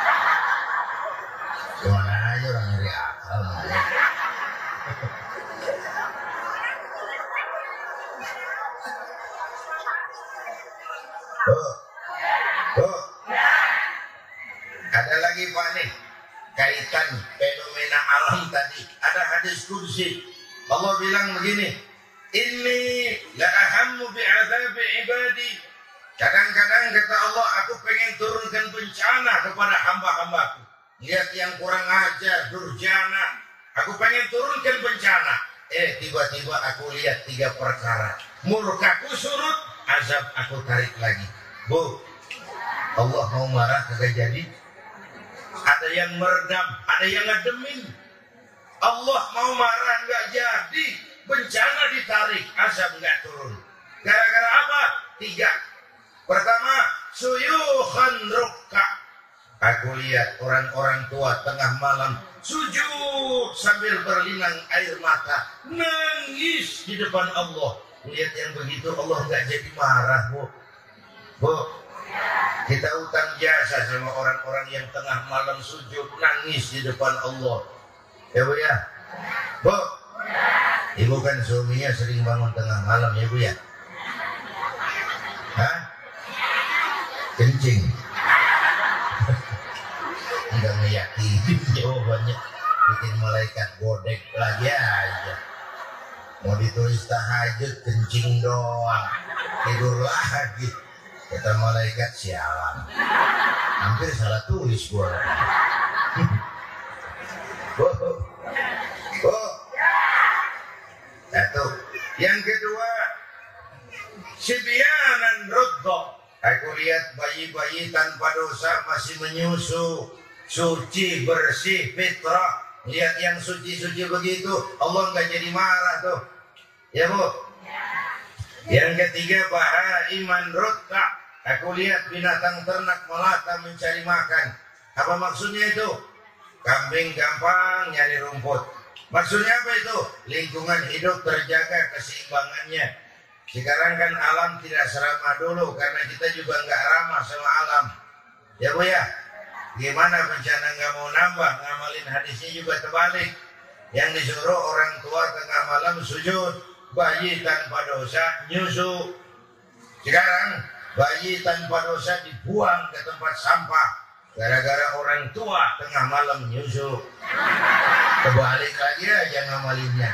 Gimana aja orang nyari akal namanya. Oh, oh. Ada lagi Pak nih, kaitan fenomena alam tadi. Ada hadis kursi. Allah bilang begini, inni la ahammu bi'adzabi ibadi. Kadang-kadang kata Allah, aku pengen turunkan bencana kepada hamba-hambaku. Lihat yang kurang ajar, durjana. Aku pengen turunkan bencana. Eh, tiba-tiba aku lihat tiga perkara. Murkaku surut, azab aku tarik lagi. Bu, Allah mau marah kagak jadi. Ada yang meredam, ada yang ngedemin. Allah mau marah nggak jadi, bencana ditarik, azab nggak turun. Gara-gara apa? Tiga. Pertama, suyukhan rukka. Aku lihat orang-orang tua tengah malam sujud sambil berlinang air mata, nangis di depan Allah. Lihat yang begitu Allah nggak jadi marah, Bu. Bu, kita utang jasa sama orang-orang yang tengah malam sujud nangis di depan Allah. Ya Bu ya. Bu, Ibu kan suaminya sering bangun tengah malam ya Bu ya. Hah? Kencing. Enggak meyakini jawabannya. Bikin malaikat godek lagi aja. Mau ditulis tahajud kencing doang, tidur lagi. Kata malaikat sialan. Hampir salah tulis gua. Oh, oh. Satu. Yang kedua, sibyanan ruddo. Aku lihat bayi-bayi tanpa dosa masih menyusu, suci, bersih, fitrah. Lihat yang suci-suci begitu, Allah nggak jadi marah tuh. Ya Bu. Yang ketiga, bahaiman rutta. Aku lihat binatang ternak melata mencari makan. Apa maksudnya itu? Kambing gampang nyari rumput. Maksudnya apa itu? Lingkungan hidup terjaga keseimbangannya. Sekarang kan alam tidak seramah dulu karena kita juga nggak ramah sama alam. Ya Bu ya. Gimana bencana nggak mau nambah, ngamalin hadisnya juga terbalik. Yang disuruh orang tua tengah malam sujud, bayi tanpa dosa nyusu. Sekarang bayi tanpa dosa dibuang ke tempat sampah gara-gara orang tua tengah malam nyusu. Terbalik lagi aja ngamalinnya.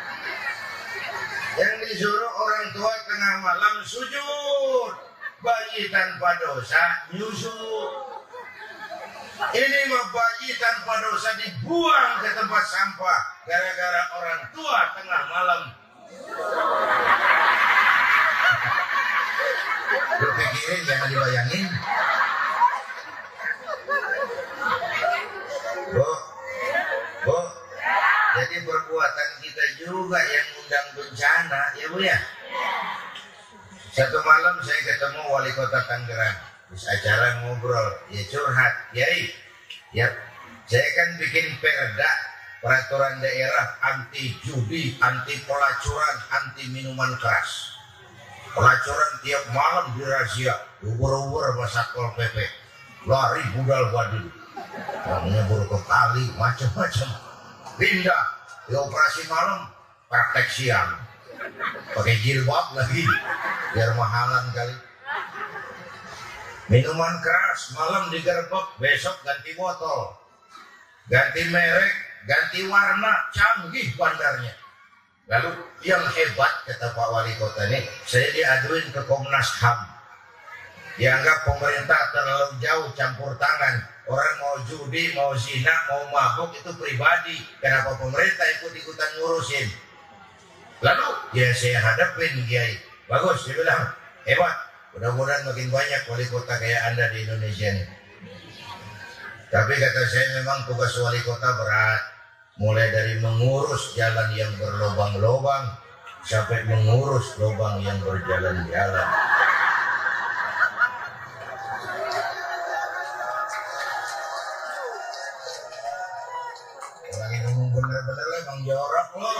Yang disuruh orang tua tengah malam sujud, bayi tanpa dosa nyusu. Ini mah bayi tanpa dosa dibuang ke tempat sampah gara-gara orang tua tengah malam. Berpikirin, jangan dibayangin. Bu, Bu, jadi perbuatan kita juga yang undang bencana, ya Bu ya. Satu malam saya ketemu wali kota Tangerang, terus acara ngobrol, ya curhat, yai, ya, saya kan bikin perda, peraturan daerah anti judi, anti pelacuran, anti minuman keras. Pelacuran tiap malam dirazia, ubur-ubur sama Satpol P P, lari budal badil, namanya buru ke kali, macam-macam. Pindah di operasi malam, praktek siang, pakai jilbab lagi, biar mahalan kali. Minuman keras malam digerebek, besok ganti botol, ganti merek, ganti warna, canggih bandarnya. Lalu yang hebat kata Pak Wali Kota ini, saya diaduin ke Komnas H A M. Dianggap pemerintah terlalu jauh campur tangan. Orang mau judi, mau zina, mau mabuk itu pribadi. Kenapa pemerintah ikut-ikutan ngurusin? Lalu ya saya hadapin Kiai. Bagus, dia bilang hebat. Mudah-mudahan makin banyak wali kota kayak Anda di Indonesia ini. Tapi kata saya memang tugas wali kota berat. Mulai dari mengurus jalan yang berlobang-lobang sampai mengurus lubang yang berjalan-jalan. Lagi ngomong bener-bener lah, Bang jorok loh.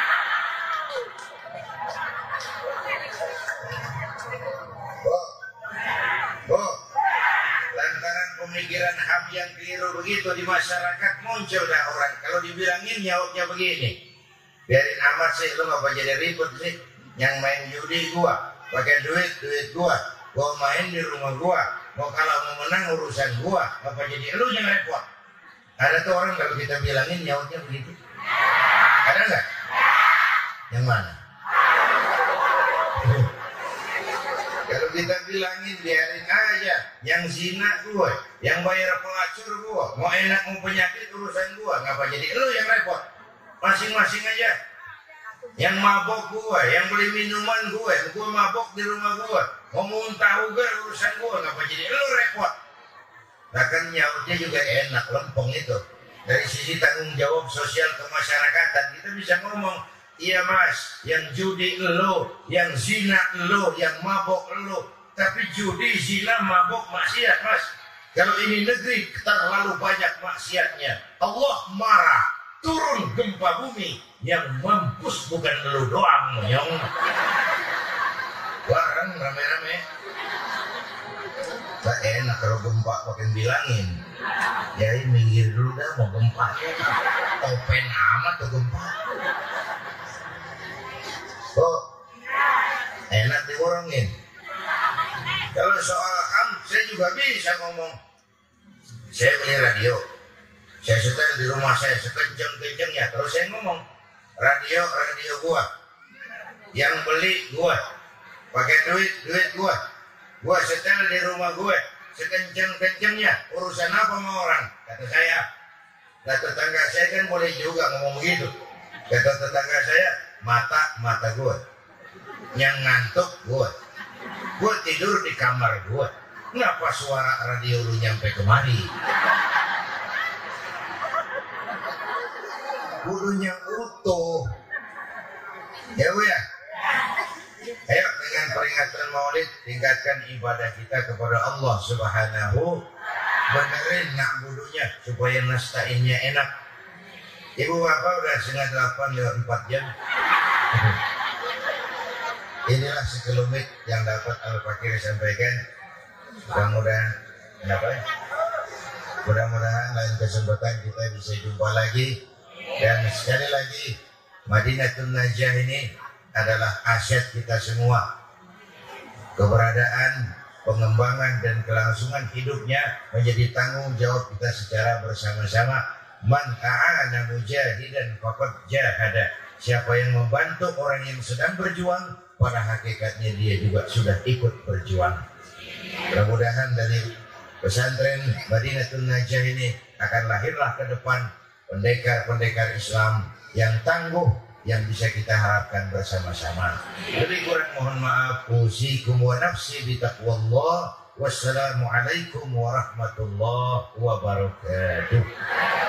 Bu, Bu, lantaran pemikiran H A M yang keliru begitu di masyarakat muncul dah orang. Kalau dibilangin nyautnya begini, biarin amat sih, lu ngapa jadi ribut sih? Yang main judi gua, pakai duit duit gua, gua main di rumah gua, mau kalah mau menang urusan gua, ngapa jadi lu yang repot? Ada tuh orang kalau kita bilangin nyautnya begitu, ada nggak? Yang mana? Kalau kita bilangin biarin aja, yang zina gue, yang bayar pelacur gue, mau enak mau penyakit urusan gue, ngapa jadi lu yang repot? Masing-masing aja. Yang mabok gue, yang beli minuman gue, gue mabok di rumah gue, mau muntah juga urusan gue, ngapa jadi lu repot? Nah kan nyautnya juga enak, lempeng itu. Dari sisi tanggung jawab sosial kemasyarakatan kita bisa ngomong, iya mas, yang judi lo, yang zina lo, yang mabok lo. Tapi judi, zina, mabok, maksiat mas. Kalau ini negeri terlalu banyak maksiatnya, Allah marah, turun gempa bumi, yang mampus bukan lo doang, yang bareng rame-rame. Tak enak kalau gempa pakai bilangin, ya ini minggir dulu dah mau gempanya, open amat tuh gempa. Oh, enak diorongin. Kalau soal H A M, saya juga bisa ngomong. Saya beli radio, saya setel di rumah saya sekenceng-kencengnya. Terus saya ngomong, radio radio gua, yang beli gua, pakai duit duit gua, gua setel di rumah gua sekenceng-kencengnya. Urusan apa sama orang? Kata saya. Nah tetangga saya kan boleh juga ngomong begitu. Kata tetangga saya, mata mata gue, yang ngantuk gue, gue tidur di kamar gue, ngapa suara radio lu nyampe kemari? Bulunya utuh, ya bu ya. Ayo dengan peringatan Maulid tingkatkan ibadah kita kepada Allah Subhanahu. Benerin nak bulunya supaya nastainnya enak. Ibu bapak udah setengah delapan lewat empat jam. Inilah sekelumit yang dapat Al-Fakir sampaikan. Mudah-mudahan kenapa ya? Mudah-mudahan lain kesempatan kita bisa jumpa lagi. Dan sekali lagi, Madinatul Najah ini adalah aset kita semua. Keberadaan, pengembangan dan kelangsungan hidupnya menjadi tanggung jawab kita secara bersama-sama. Man ta'ana mujahidan faqad jahada. Siapa yang membantu orang yang sedang berjuang, pada hakikatnya dia juga sudah ikut berjuang. Mudah-mudahan dari pesantren Madinatul Najah ini akan lahirlah ke depan pendekar-pendekar Islam yang tangguh, yang bisa kita harapkan bersama-sama. Lebih kurang mohon maaf. Usikum wa nafsi bitaqwallah. Wassalamualaikum warahmatullahi wabarakatuh.